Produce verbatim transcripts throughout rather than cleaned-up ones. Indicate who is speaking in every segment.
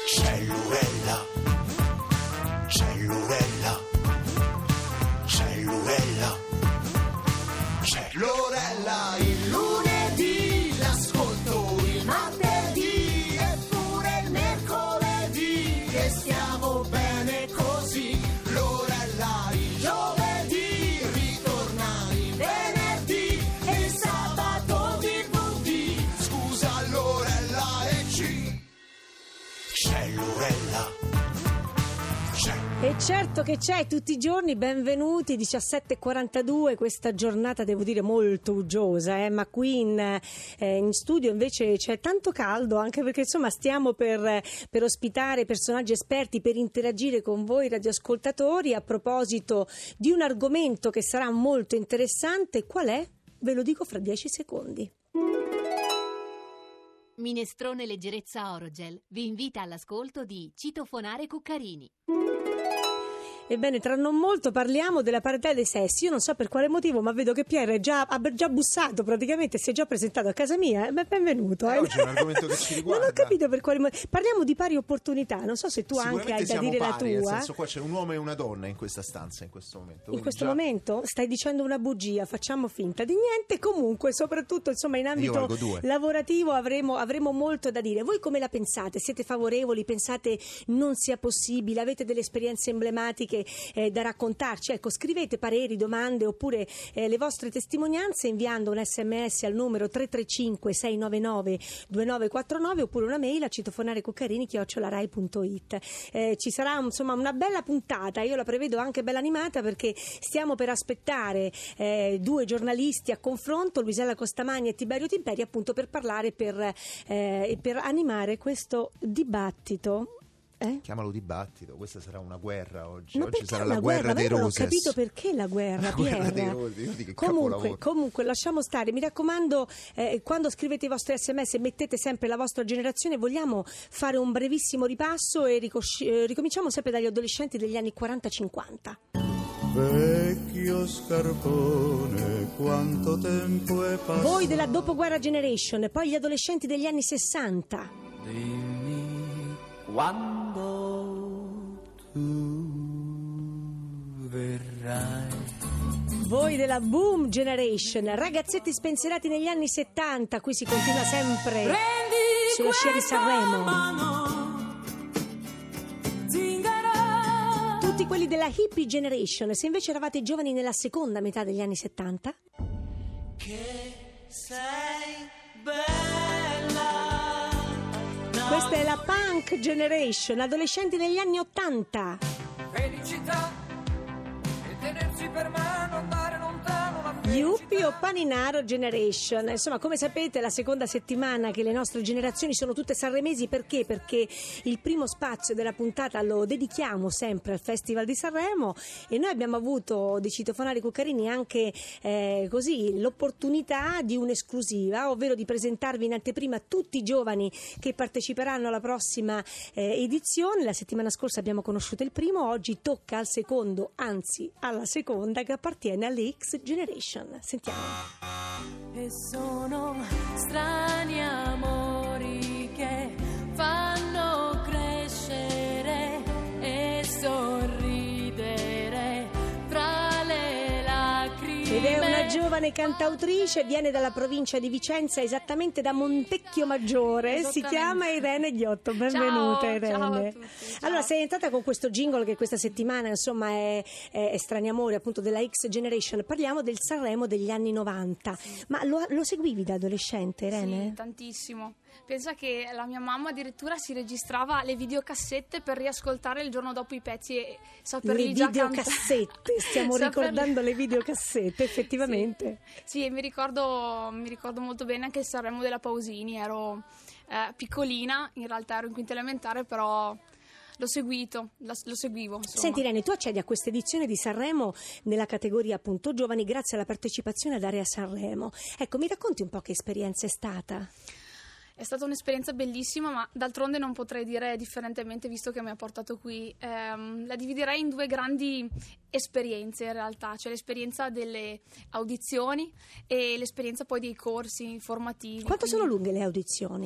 Speaker 1: Cellurella, cellurella, cellurella, cellurella. Il lunedì l'ascolto, il martedì e pure il mercoledì, che stiamo bene così. Lorella il giovedì, ritorna il venerdì e il sabato D V D. Scusa Lorella e C. Cellurella.
Speaker 2: E certo che c'è, tutti i giorni, benvenuti, diciassette e quarantadue, questa giornata devo dire molto uggiosa, eh? Ma qui in, eh, in studio invece c'è tanto caldo, anche perché insomma stiamo per, per ospitare personaggi esperti, per interagire con voi radioascoltatori a proposito di un argomento che sarà molto interessante. Qual è? Ve lo dico fra dieci secondi.
Speaker 3: Minestrone Leggerezza Orogel vi invita all'ascolto di Citofonare Cuccarini.
Speaker 2: Ebbene, tra non molto parliamo della parità dei sessi. Io non so per quale motivo, ma vedo che Pierre è già, ha già bussato, praticamente si è già presentato a casa mia. Beh, benvenuto. Eh.
Speaker 4: Oggi è un argomento che ci riguarda.
Speaker 2: Non ho capito per quale motivo. Parliamo di pari opportunità. Non so se tu anche hai da dire
Speaker 4: pari,
Speaker 2: la tua.
Speaker 4: Nel senso, qua c'è un uomo e una donna in questa stanza in questo momento.
Speaker 2: In questo
Speaker 4: già...
Speaker 2: momento stai dicendo una bugia, facciamo finta di niente. Comunque, soprattutto insomma in ambito lavorativo avremo, avremo molto da dire. Voi come la pensate? Siete favorevoli? Pensate non sia possibile? Avete delle esperienze emblematiche eh, da raccontare? Raccontarci, ecco, scrivete pareri, domande oppure eh, le vostre testimonianze inviando un sms al numero tre tre cinque sei nove nove due nove quattro nove oppure una mail a citofonarecuccarini chiocciola rai punto it. Eh, ci sarà insomma una bella puntata, io la prevedo anche bella animata perché stiamo per aspettare eh, due giornalisti a confronto, Luisella Costamagni e Tiberio Timperi, appunto per parlare per, eh, e per animare questo dibattito. Eh?
Speaker 4: Chiamalo dibattito, questa sarà una guerra oggi.
Speaker 2: Ma
Speaker 4: oggi sarà la
Speaker 2: guerra,
Speaker 4: guerra dei
Speaker 2: roses. Non ho capito perché la guerra,
Speaker 4: la guerra
Speaker 2: Pierre.
Speaker 4: dei roses. Io dico,
Speaker 2: comunque, comunque lasciamo stare, mi raccomando, eh, quando scrivete i vostri sms mettete sempre la vostra generazione. Vogliamo fare un brevissimo ripasso e ricosci- eh, ricominciamo sempre dagli adolescenti degli anni quaranta cinquanta.
Speaker 5: Vecchio scarpone, quanto tempo è passato.
Speaker 2: Voi della dopoguerra generation, poi gli adolescenti degli anni sessanta.
Speaker 5: Dimmi quando tu verrai.
Speaker 2: Voi della boom generation, ragazzetti spensierati negli anni settanta. Qui si continua sempre
Speaker 6: Prendi
Speaker 2: sulla scia di Sanremo.
Speaker 6: Mano,
Speaker 2: tutti quelli della hippie generation. Se invece eravate giovani nella seconda metà degli anni settanta,
Speaker 6: che sei bella.
Speaker 2: questa è la punk generation, adolescenti negli anni ottanta.
Speaker 6: Felicità e tenersi per mano, andare lontano. La
Speaker 2: Yuppie o Paninaro generation. Insomma, come sapete, la seconda settimana che le nostre generazioni sono tutte sanremesi. Perché? Perché il primo spazio della puntata lo dedichiamo sempre al Festival di Sanremo e noi abbiamo avuto di Citofonare Cuccarini anche eh, così l'opportunità di un'esclusiva, ovvero di presentarvi in anteprima tutti i giovani che parteciperanno alla prossima eh, edizione. La settimana scorsa abbiamo conosciuto il primo, oggi tocca al secondo, anzi alla seconda, che appartiene alle X Generation. Sentiamo.
Speaker 7: E sono strani amori che fanno crescere e sorridere tra le lacrime.
Speaker 2: Ed è una giovane cantautrice, viene dalla provincia di Vicenza, esattamente da Montecchio Maggiore, si chiama Irene Ghiotto. Benvenuta. Ciao, Irene.
Speaker 7: Ciao a tutti, ciao.
Speaker 2: Allora, sei entrata con questo jingle che questa settimana insomma è, è, è Strani Amori, appunto della X Generation. Parliamo del Sanremo degli anni novanta, sì. Ma lo, lo seguivi da adolescente, Irene?
Speaker 7: Sì, tantissimo. Pensa che la mia mamma addirittura si registrava le videocassette per riascoltare il giorno dopo i pezzi e saperli
Speaker 2: le
Speaker 7: già
Speaker 2: videocassette,
Speaker 7: cantare.
Speaker 2: stiamo ricordando le videocassette, effettivamente.
Speaker 7: Sì, sì, mi ricordo, mi ricordo molto bene anche il Sanremo della Pausini. Ero eh, piccolina, in realtà ero in quinta elementare, però l'ho seguito, lo, lo seguivo. Insomma.
Speaker 2: Senti Irene, tu accedi a questa edizione di Sanremo nella categoria appunto giovani grazie alla partecipazione ad Area Sanremo. Ecco, mi racconti un po' che esperienza è stata?
Speaker 7: È stata un'esperienza bellissima, ma d'altronde non potrei dire differentemente visto che mi ha portato qui. Ehm, la dividerei in due grandi esperienze in realtà, cioè l'esperienza delle audizioni e l'esperienza poi dei corsi formativi.
Speaker 2: Quanto
Speaker 7: quindi...
Speaker 2: sono lunghe le audizioni?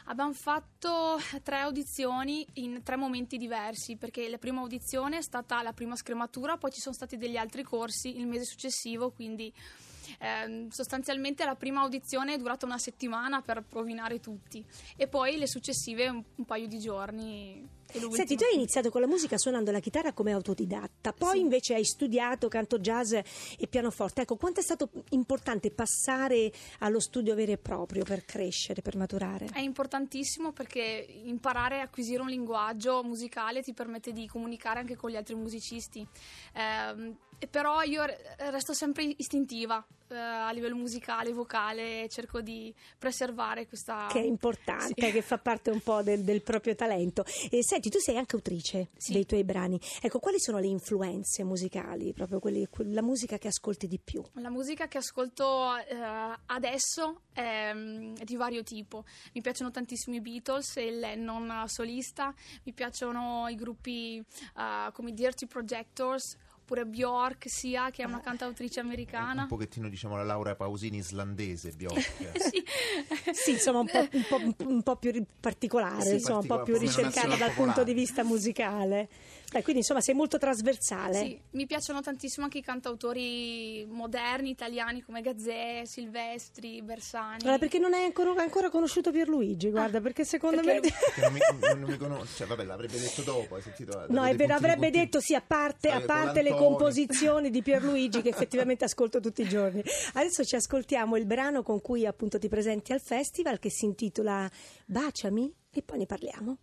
Speaker 7: Abbiamo fatto tre audizioni in tre momenti diversi, perché la prima audizione è stata la prima scrematura, poi ci sono stati degli altri corsi il mese successivo, quindi eh, sostanzialmente la prima audizione è durata una settimana per rovinare tutti e poi le successive un, un paio di giorni.
Speaker 2: Senti, tu hai iniziato con la musica suonando la chitarra come autodidatta, poi sì. invece hai studiato canto jazz e pianoforte. Ecco, quanto è stato importante passare allo studio vero e proprio per crescere, per maturare?
Speaker 7: È importantissimo perché imparare a acquisire un linguaggio musicale ti permette di comunicare anche con gli altri musicisti. Eh, però io resto sempre istintiva eh, a livello musicale, vocale, cerco di preservare questa...
Speaker 2: Che è importante, sì. che fa parte un po' del, del proprio talento. E senti, tu sei anche autrice sì. dei tuoi brani. Ecco, quali sono le influenze musicali, proprio quelli, la musica che ascolti di più?
Speaker 7: La musica che ascolto eh, adesso è, è di vario tipo. Mi piacciono tantissimo i Beatles e il Lennon solista, mi piacciono i gruppi uh, come i Dirty Projectors, oppure Bjork, sia che è una cantautrice americana.
Speaker 4: Un pochettino, diciamo, la Laura Pausini islandese, Bjork.
Speaker 7: sì.
Speaker 2: sì, insomma, un po', un po', un po' più particolare, sì, insomma, un po' più ricercata dal punto di vista musicale. Beh, quindi insomma sei molto trasversale.
Speaker 7: Sì, mi piacciono tantissimo anche i cantautori moderni italiani come Gazzè, Silvestri, Bersani.
Speaker 2: Allora, perché non hai ancora, ancora conosciuto Pierluigi? Guarda, ah, perché secondo
Speaker 7: perché...
Speaker 2: me
Speaker 4: perché non, mi, non mi conosce, cioè, vabbè, l'avrebbe detto dopo, hai sentito?
Speaker 2: No, è vero, avrebbe punti... detto sì, a parte, a parte le composizioni di Pierluigi che effettivamente ascolto tutti i giorni. Adesso ci ascoltiamo il brano con cui appunto ti presenti al festival, che si intitola Baciami, e poi ne parliamo.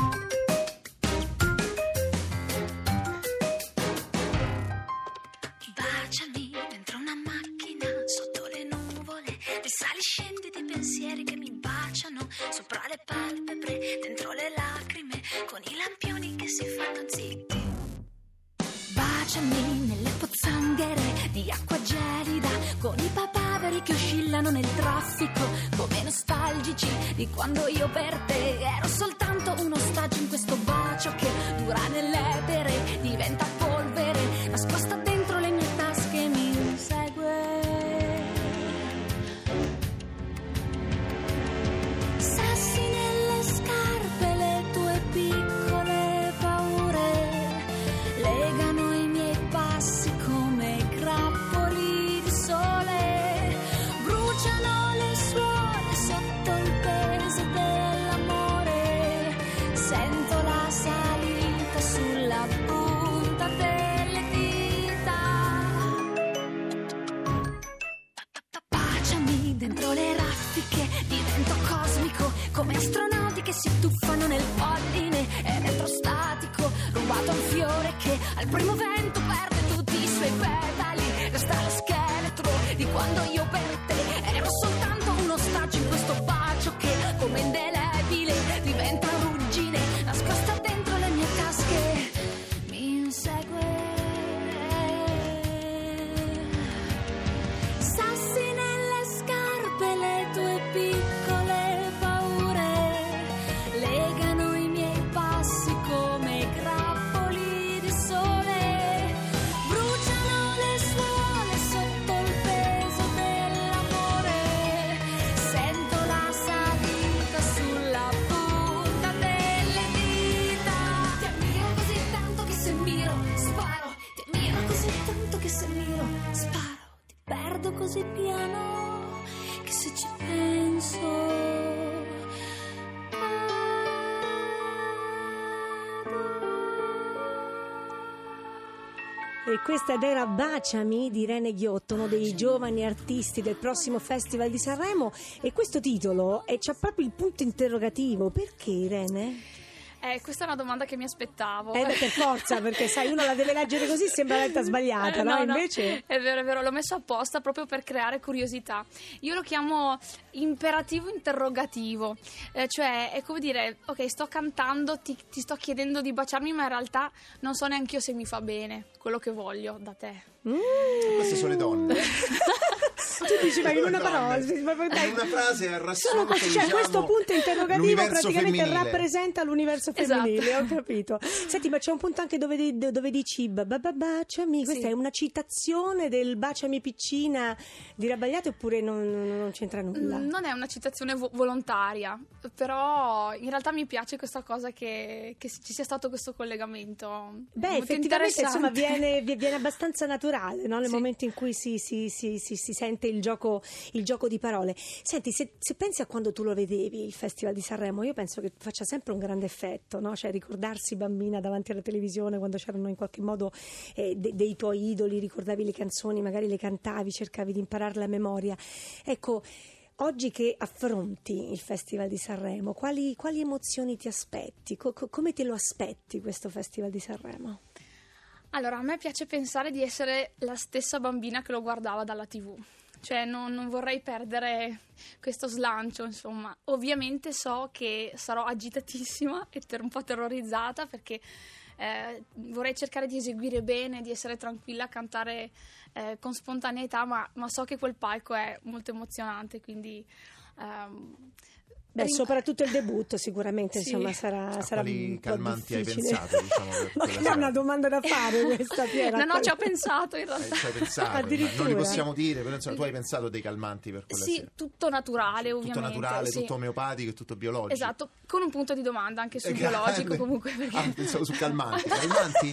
Speaker 8: Baciami dentro una macchina sotto le nuvole, di sali scendi di pensieri che mi baciano sopra le palpebre, dentro le lacrime, con i lampioni che si fanno zitti. Baciami nelle pozzanghere di acqua gelida, con i papaveri che oscillano nel traffico, come nostalgici di quando io per te ero soltanto un ostaggio in questo bacio che dura nell'etere, diventa polvere, nascosta dentro le mie tasche, mi insegue. Sassi nelle scarpe, le tue piccole paure legano i miei passi come grappoli di sole, bruciano le suole sotto il peso dell'amore, sento la salita sulla punta delle dita. Baciami dentro le raffiche di vento cosmico, come astronauti che si tuffano nel polline elettrostatico, rubato un fiore che al primo vento perde tutti i suoi petali, resta lo scheletro di quando io per te ero soltanto un ostaggio in questo bacio che come indelebile diventa ruggine, nascosta dentro le mie tasche, mi insegue. Sassi nelle scarpe, le tue piccole paure legano i miei passi come grappoli di sole, bruciano le suole sotto il peso dell'amore, sento la salita sulla punta delle dita. Ti ammiro così tanto che se miro sparo, ti ammiro così tanto che se miro sparo, ti perdo così piano che se ci penso
Speaker 2: E questa era Baciami di Irene Ghiotto, uno dei giovani artisti del prossimo Festival di Sanremo, e questo titolo è, c'ha proprio il punto interrogativo. Perché, Irene?
Speaker 7: Eh, questa è una domanda che mi aspettavo.
Speaker 2: Eh, beh, per forza, perché sai, uno la deve leggere così, sembra letta sbagliata,
Speaker 7: eh,
Speaker 2: no?
Speaker 7: no?
Speaker 2: Invece...
Speaker 7: È vero, è vero, l'ho messo apposta proprio per creare curiosità. Io lo chiamo imperativo interrogativo, eh, cioè è come dire, ok, sto cantando, ti, ti sto chiedendo di baciarmi, ma in realtà non so neanche io se mi fa bene quello che voglio da te.
Speaker 2: Mm.
Speaker 4: Queste sono le donne.
Speaker 2: Tu dici, ma in una parola,
Speaker 4: in una frase ha raccontato,
Speaker 2: cioè,
Speaker 4: diciamo,
Speaker 2: questo punto interrogativo praticamente
Speaker 4: femminile.
Speaker 2: rappresenta l'universo femminile,
Speaker 7: Esatto.
Speaker 2: ho capito. Senti, ma c'è un punto anche dove, dove dici babà baciami, questa
Speaker 7: Sì.
Speaker 2: è una citazione del baciami piccina di Rabbagliati oppure non, non, non c'entra nulla?
Speaker 7: Non è una citazione vo- volontaria, però in realtà mi piace questa cosa che, che ci sia stato questo collegamento.
Speaker 2: Beh,
Speaker 7: molto
Speaker 2: effettivamente insomma
Speaker 7: interessante.
Speaker 2: viene, viene abbastanza naturale, no? Nel
Speaker 7: Sì.
Speaker 2: momento in cui si, si, si, si, si sente il gioco, il gioco di parole. Senti, se, se pensi a quando tu lo vedevi, il Festival di Sanremo, io penso che faccia sempre un grande effetto, no? Cioè ricordarsi bambina davanti alla televisione quando c'erano in qualche modo eh, de- dei tuoi idoli, ricordavi le canzoni, magari le cantavi, cercavi di impararle a memoria. Ecco, oggi che affronti il Festival di Sanremo, quali, quali emozioni ti aspetti? Co- co- come te lo aspetti questo Festival di Sanremo?
Speaker 7: Allora, a me piace pensare di essere la stessa bambina che lo guardava dalla tivù. Cioè, non, non vorrei perdere questo slancio, insomma. Ovviamente so che sarò agitatissima e ter- un po' terrorizzata perché eh, vorrei cercare di eseguire bene, di essere tranquilla, cantare eh, con spontaneità, ma, ma so che quel palco è molto emozionante, quindi... ehm,
Speaker 2: Beh,
Speaker 7: rim-
Speaker 2: soprattutto il debutto sicuramente,
Speaker 7: Sì.
Speaker 2: insomma, sarà,
Speaker 4: A
Speaker 2: sarà
Speaker 4: quali
Speaker 2: un po'
Speaker 4: calmanti hai
Speaker 2: difficile.
Speaker 4: pensato, diciamo, per
Speaker 2: Ma
Speaker 4: quella
Speaker 2: che è
Speaker 4: sera?
Speaker 2: una domanda da fare questa, Piera?
Speaker 7: No, no,
Speaker 2: Qual-
Speaker 7: ci ho pensato in
Speaker 4: Eh,
Speaker 7: realtà.
Speaker 4: ci hai pensato, ma
Speaker 2: Addirittura.
Speaker 4: non li possiamo dire, però insomma, tu hai pensato a dei calmanti per quella
Speaker 7: Sì,
Speaker 4: sera?
Speaker 7: tutto naturale,
Speaker 4: Tutto
Speaker 7: ovviamente.
Speaker 4: naturale,
Speaker 7: sì.
Speaker 4: tutto omeopatico e tutto biologico.
Speaker 7: Esatto, con un punto di domanda anche sul
Speaker 4: Eh,
Speaker 7: biologico
Speaker 4: grande.
Speaker 7: comunque. Perché...
Speaker 4: Ah, pensavo su calmanti. Calmanti?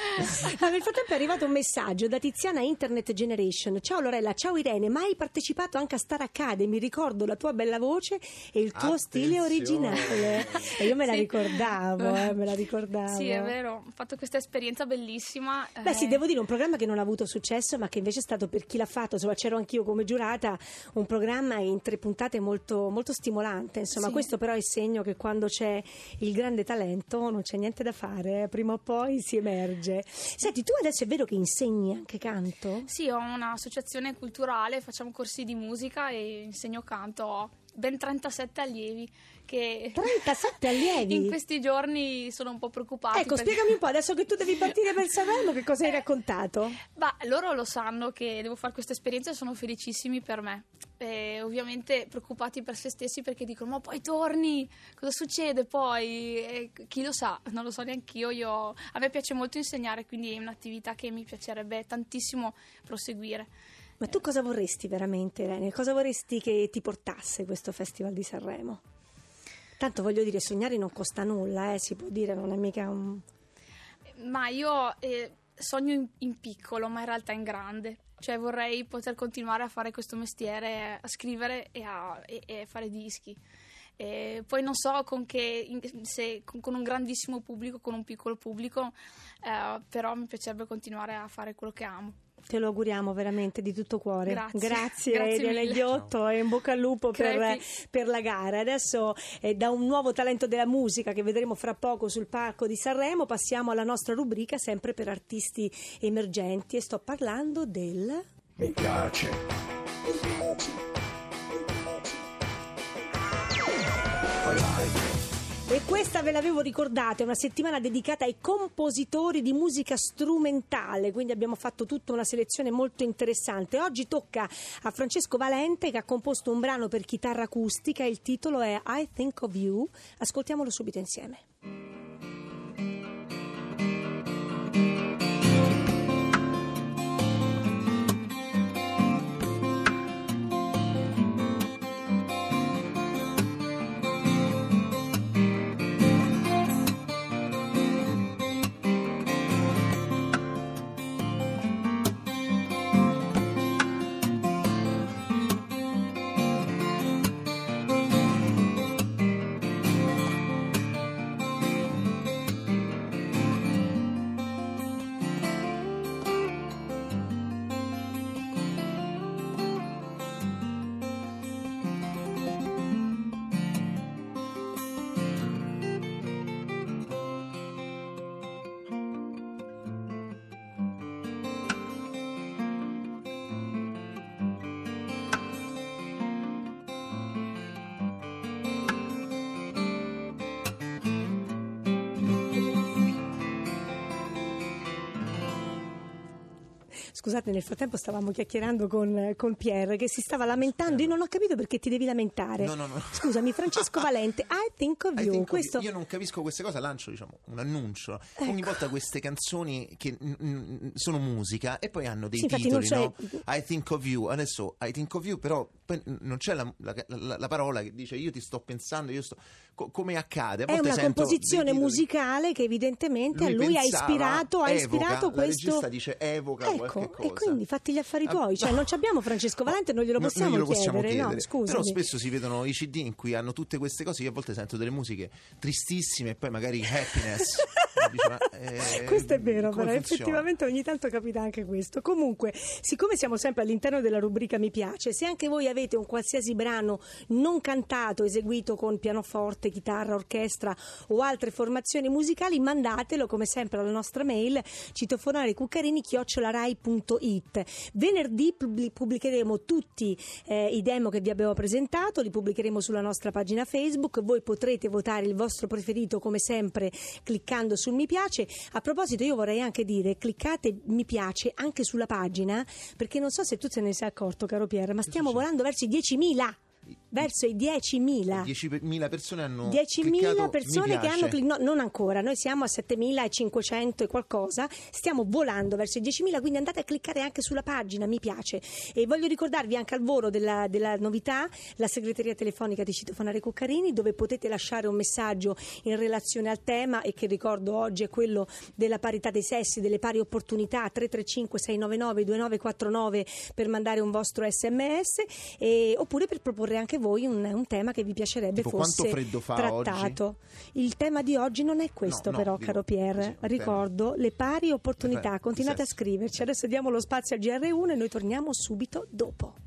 Speaker 2: Ah, nel frattempo è arrivato un messaggio da Tiziana Internet Generation. Ciao Lorella, ciao Irene, mai partecipato anche a Star Academy? Ricordo la tua bella voce e il tuo stile
Speaker 4: Attenzione.
Speaker 2: originale. E io me la
Speaker 7: Sì.
Speaker 2: ricordavo, eh, me la ricordavo.
Speaker 7: Sì, è vero, ho fatto questa esperienza bellissima.
Speaker 2: Beh
Speaker 7: eh,
Speaker 2: sì, devo dire un programma che non ha avuto successo ma che invece è stato, per chi l'ha fatto, insomma c'ero anch'io come giurata, un programma in tre puntate molto, molto stimolante, insomma
Speaker 7: Sì.
Speaker 2: questo però è segno che quando c'è il grande talento non c'è niente da fare, eh, prima o poi si emerge. Senti, tu adesso è vero che insegni anche canto?
Speaker 7: Sì, ho un'associazione culturale, facciamo corsi di musica e insegno canto. Ho ben trentasette allievi che
Speaker 2: trentasette allievi?
Speaker 7: in questi giorni sono un po' preoccupati.
Speaker 2: Ecco,
Speaker 7: perché-
Speaker 2: spiegami un po', adesso che tu devi partire per Sanremo, che cosa hai raccontato?
Speaker 7: Bah, loro lo sanno che devo fare questa esperienza e sono felicissimi per me. E ovviamente preoccupati per se stessi perché dicono: ma poi torni, cosa succede poi? E chi lo sa, non lo so neanch'io. Io, a me piace molto insegnare, quindi è un'attività che mi piacerebbe tantissimo proseguire.
Speaker 2: Ma tu cosa vorresti veramente, Irene? Cosa vorresti che ti portasse questo Festival di Sanremo? Tanto voglio dire, sognare non costa nulla, eh, si può dire, non è mica un...
Speaker 7: Ma io eh, sogno in, in piccolo, ma in realtà in grande. Cioè vorrei poter continuare a fare questo mestiere, a scrivere e a e, e fare dischi. E poi non so con che, in- se con, con un grandissimo pubblico, con un piccolo pubblico, eh, però mi piacerebbe continuare a fare quello che amo.
Speaker 2: Te lo auguriamo veramente di tutto cuore.
Speaker 7: Grazie.
Speaker 2: Grazie,
Speaker 7: Grazie
Speaker 2: Irene
Speaker 7: mille.
Speaker 2: Ghiotto, e in bocca al lupo per,
Speaker 7: Crepi.
Speaker 2: per la gara. Adesso eh, da un nuovo talento della musica che vedremo fra poco sul palco di Sanremo passiamo alla nostra rubrica sempre per artisti emergenti e sto parlando del...
Speaker 5: Mi piace.
Speaker 2: E questa ve l'avevo ricordata, è una settimana dedicata ai compositori di musica strumentale, quindi abbiamo fatto tutta una selezione molto interessante. Oggi tocca a Francesco Valente che ha composto un brano per chitarra acustica, il titolo è I Think of You, ascoltiamolo subito insieme. scusate, nel frattempo stavamo chiacchierando con, con Pierre che si stava lamentando. Io non ho capito perché ti devi lamentare.
Speaker 4: No, no, no.
Speaker 2: Scusami, Francesco Valente, I think of
Speaker 4: I
Speaker 2: you.
Speaker 4: think
Speaker 2: Questo...
Speaker 4: of you. Io non capisco queste cose, lancio diciamo un annuncio. Ecco. Ogni volta queste canzoni che n- n- sono musica e poi hanno dei
Speaker 2: sì,
Speaker 4: titoli,
Speaker 2: non
Speaker 4: no? I think of you. Adesso I think of you, però poi non c'è la, la, la, la parola che dice io ti sto pensando, io sto co- come accade. A
Speaker 2: È una composizione musicale che evidentemente lui a lui
Speaker 4: pensava,
Speaker 2: ha ispirato, ha
Speaker 4: evoca,
Speaker 2: ispirato
Speaker 4: la
Speaker 2: questo.
Speaker 4: regista dice evoca
Speaker 2: ecco,
Speaker 4: qualche cosa.
Speaker 2: E quindi fatti gli affari tuoi,
Speaker 4: Ah,
Speaker 2: cioè non ci abbiamo Francesco Valente, non glielo
Speaker 4: no,
Speaker 2: possiamo,
Speaker 4: non glielo possiamo
Speaker 2: chiedere,
Speaker 4: chiedere.
Speaker 2: No, scusami.
Speaker 4: Però spesso si vedono i C D in cui hanno tutte queste cose. Io a volte sento delle musiche tristissime e poi magari happiness. Dice, ma, eh,
Speaker 2: questo è vero, però
Speaker 4: funziona?
Speaker 2: effettivamente ogni tanto capita anche questo. Comunque, siccome siamo sempre all'interno della rubrica Mi piace, se anche voi avete un qualsiasi brano non cantato, eseguito con pianoforte, chitarra, orchestra o altre formazioni musicali, mandatelo come sempre alla nostra mail citofonarecuccarini chiocciola rai punto it. Venerdì pubblicheremo tutti eh, i demo che vi abbiamo presentato, li pubblicheremo sulla nostra pagina Facebook. Voi potrete votare il vostro preferito come sempre cliccando sul mi piace. A proposito, io vorrei anche dire, cliccate mi piace anche sulla pagina, perché non so se tu te ne sei accorto, caro Pierre, ma stiamo volando verso i diecimila. Verso i diecimila
Speaker 4: diecimila persone hanno
Speaker 2: diecimila persone che hanno
Speaker 4: cliccato,
Speaker 2: no, non ancora, noi siamo a settemilacinquecento e qualcosa, stiamo volando verso i diecimila, quindi andate a cliccare anche sulla pagina mi piace. E voglio ricordarvi anche al volo della, della novità, la segreteria telefonica di Citofonare Cuccarini, dove potete lasciare un messaggio in relazione al tema, e che ricordo oggi è quello della parità dei sessi, delle pari opportunità. Tre tre cinque sei nove nove due nove quattro nove per mandare un vostro sms, e, oppure per proporre anche voi un, un tema che vi piacerebbe
Speaker 4: tipo,
Speaker 2: fosse
Speaker 4: quanto freddo fa
Speaker 2: trattato.
Speaker 4: Oggi?
Speaker 2: Il tema di oggi non è questo,
Speaker 4: no, no,
Speaker 2: però,
Speaker 4: dico,
Speaker 2: caro Pierre.
Speaker 4: sì,
Speaker 2: Ricordo
Speaker 4: tema.
Speaker 2: le pari opportunità.
Speaker 4: Le pari,
Speaker 2: Continuate a
Speaker 4: sì.
Speaker 2: scriverci. Adesso diamo lo spazio al G R uno e noi torniamo subito dopo.